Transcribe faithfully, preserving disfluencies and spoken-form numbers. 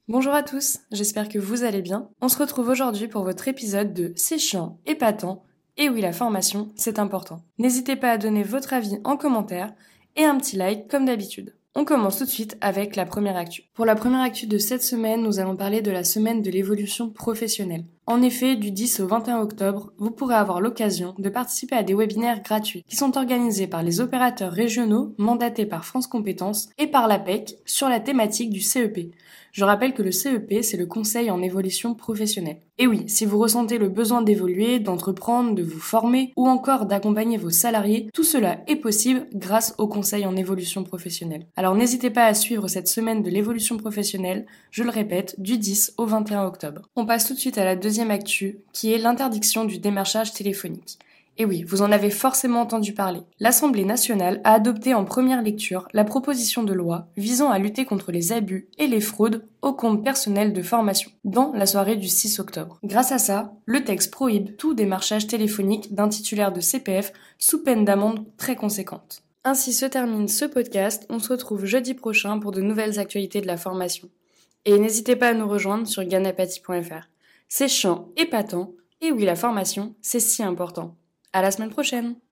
Bonjour à tous, j'espère que vous allez bien. On se retrouve aujourd'hui pour votre épisode de C'est chiant, épatant, et oui la formation, c'est important. N'hésitez pas à donner votre avis en commentaire et un petit like comme d'habitude. On commence tout de suite avec la première actu. Pour la première actu de cette semaine, nous allons parler de la semaine de l'évolution professionnelle. En effet, du dix au vingt et un octobre, vous pourrez avoir l'occasion de participer à des webinaires gratuits qui sont organisés par les opérateurs régionaux mandatés par France Compétences et par l'A P E C sur la thématique du C E P. Je rappelle que le C E P, c'est le conseil en évolution professionnelle. Et oui, si vous ressentez le besoin d'évoluer, d'entreprendre, de vous former ou encore d'accompagner vos salariés, tout cela est possible grâce au conseil en évolution professionnelle. Alors n'hésitez pas à suivre cette semaine de l'évolution professionnelle, je le répète, du dix au vingt et un octobre. On passe tout de suite à la deuxième actu, qui est l'interdiction du démarchage téléphonique. Et oui, vous en avez forcément entendu parler. L'Assemblée nationale a adopté en première lecture la proposition de loi visant à lutter contre les abus et les fraudes au compte personnel de formation, dans la soirée du six octobre. Grâce à ça, le texte prohibe tout démarchage téléphonique d'un titulaire de C P F sous peine d'amende très conséquente. Ainsi se termine ce podcast, on se retrouve jeudi prochain pour de nouvelles actualités de la formation. Et n'hésitez pas à nous rejoindre sur ganapati point f r. C'est chiant, épatant, et oui la formation, c'est si important. À la semaine prochaine!